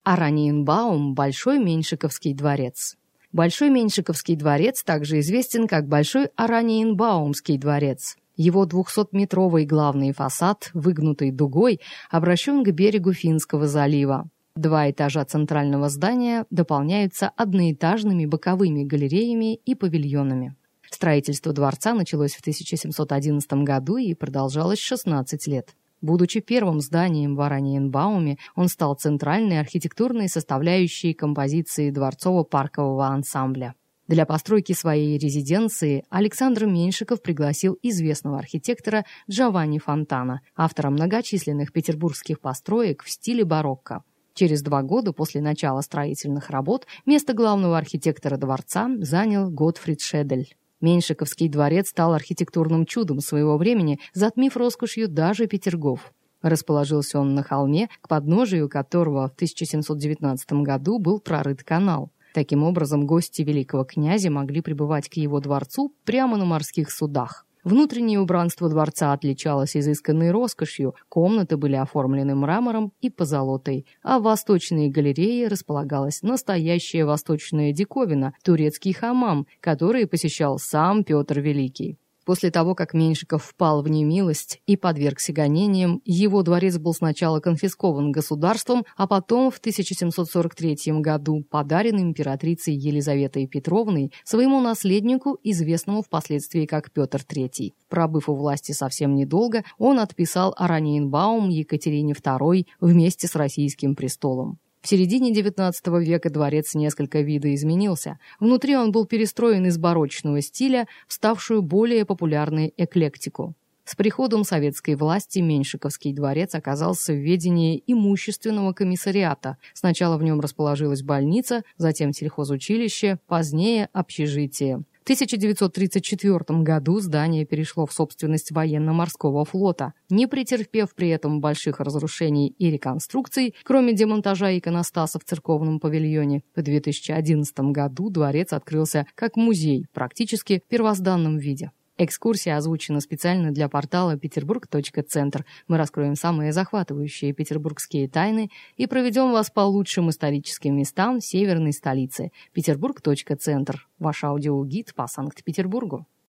Ораниенбаум – Большой Меньшиковский дворец. Большой Меньшиковский дворец также известен как Большой Ораниенбаумский дворец. Его 200-метровый главный фасад, выгнутый дугой, обращен к берегу Финского залива. Два этажа центрального здания дополняются одноэтажными боковыми галереями и павильонами. Строительство дворца началось в 1711 году и продолжалось 16 лет. Будучи первым зданием в Ораниенбауме, он стал центральной архитектурной составляющей композиции дворцово-паркового ансамбля. Для постройки своей резиденции Александр Меньшиков пригласил известного архитектора Джованни Фонтана, автора многочисленных петербургских построек в стиле барокко. Через 2 года после начала строительных работ место главного архитектора дворца занял Готфрид Шедель. Меньшиковский дворец стал архитектурным чудом своего времени, затмив роскошью даже Петергоф. Расположился он на холме, к подножию которого в 1719 году был прорыт канал. Таким образом, гости великого князя могли прибывать к его дворцу прямо на морских судах. Внутреннее убранство дворца отличалось изысканной роскошью, комнаты были оформлены мрамором и позолотой, а в восточной галерее располагалась настоящая восточная диковина – турецкий хамам, который посещал сам Петр Великий. После того, как Меньшиков впал в немилость и подвергся гонениям, его дворец был сначала конфискован государством, а потом в 1743 году подарен императрицей Елизаветой Петровной своему наследнику, известному впоследствии как Петр III. Пробыв у власти совсем недолго, он отписал Ораниенбаум Екатерине II вместе с российским престолом. В середине XIX века дворец несколько видоизменился. Внутри он был перестроен из барочного стиля в ставшую более популярной эклектику. С приходом советской власти Меньшиковский дворец оказался в ведении имущественного комиссариата. Сначала в нем расположилась больница, затем сельхозучилище, позднее общежитие. В 1934 году здание перешло в собственность военно-морского флота, не претерпев при этом больших разрушений и реконструкций, кроме демонтажа иконостаса в церковном павильоне. В 2011 году дворец открылся как музей, практически в первозданном виде. Экскурсия озвучена специально для портала peterburg.центр. Мы раскроем самые захватывающие петербургские тайны и проведем вас по лучшим историческим местам северной столицы. Peterburg.центр. Ваш аудиогид по Санкт-Петербургу.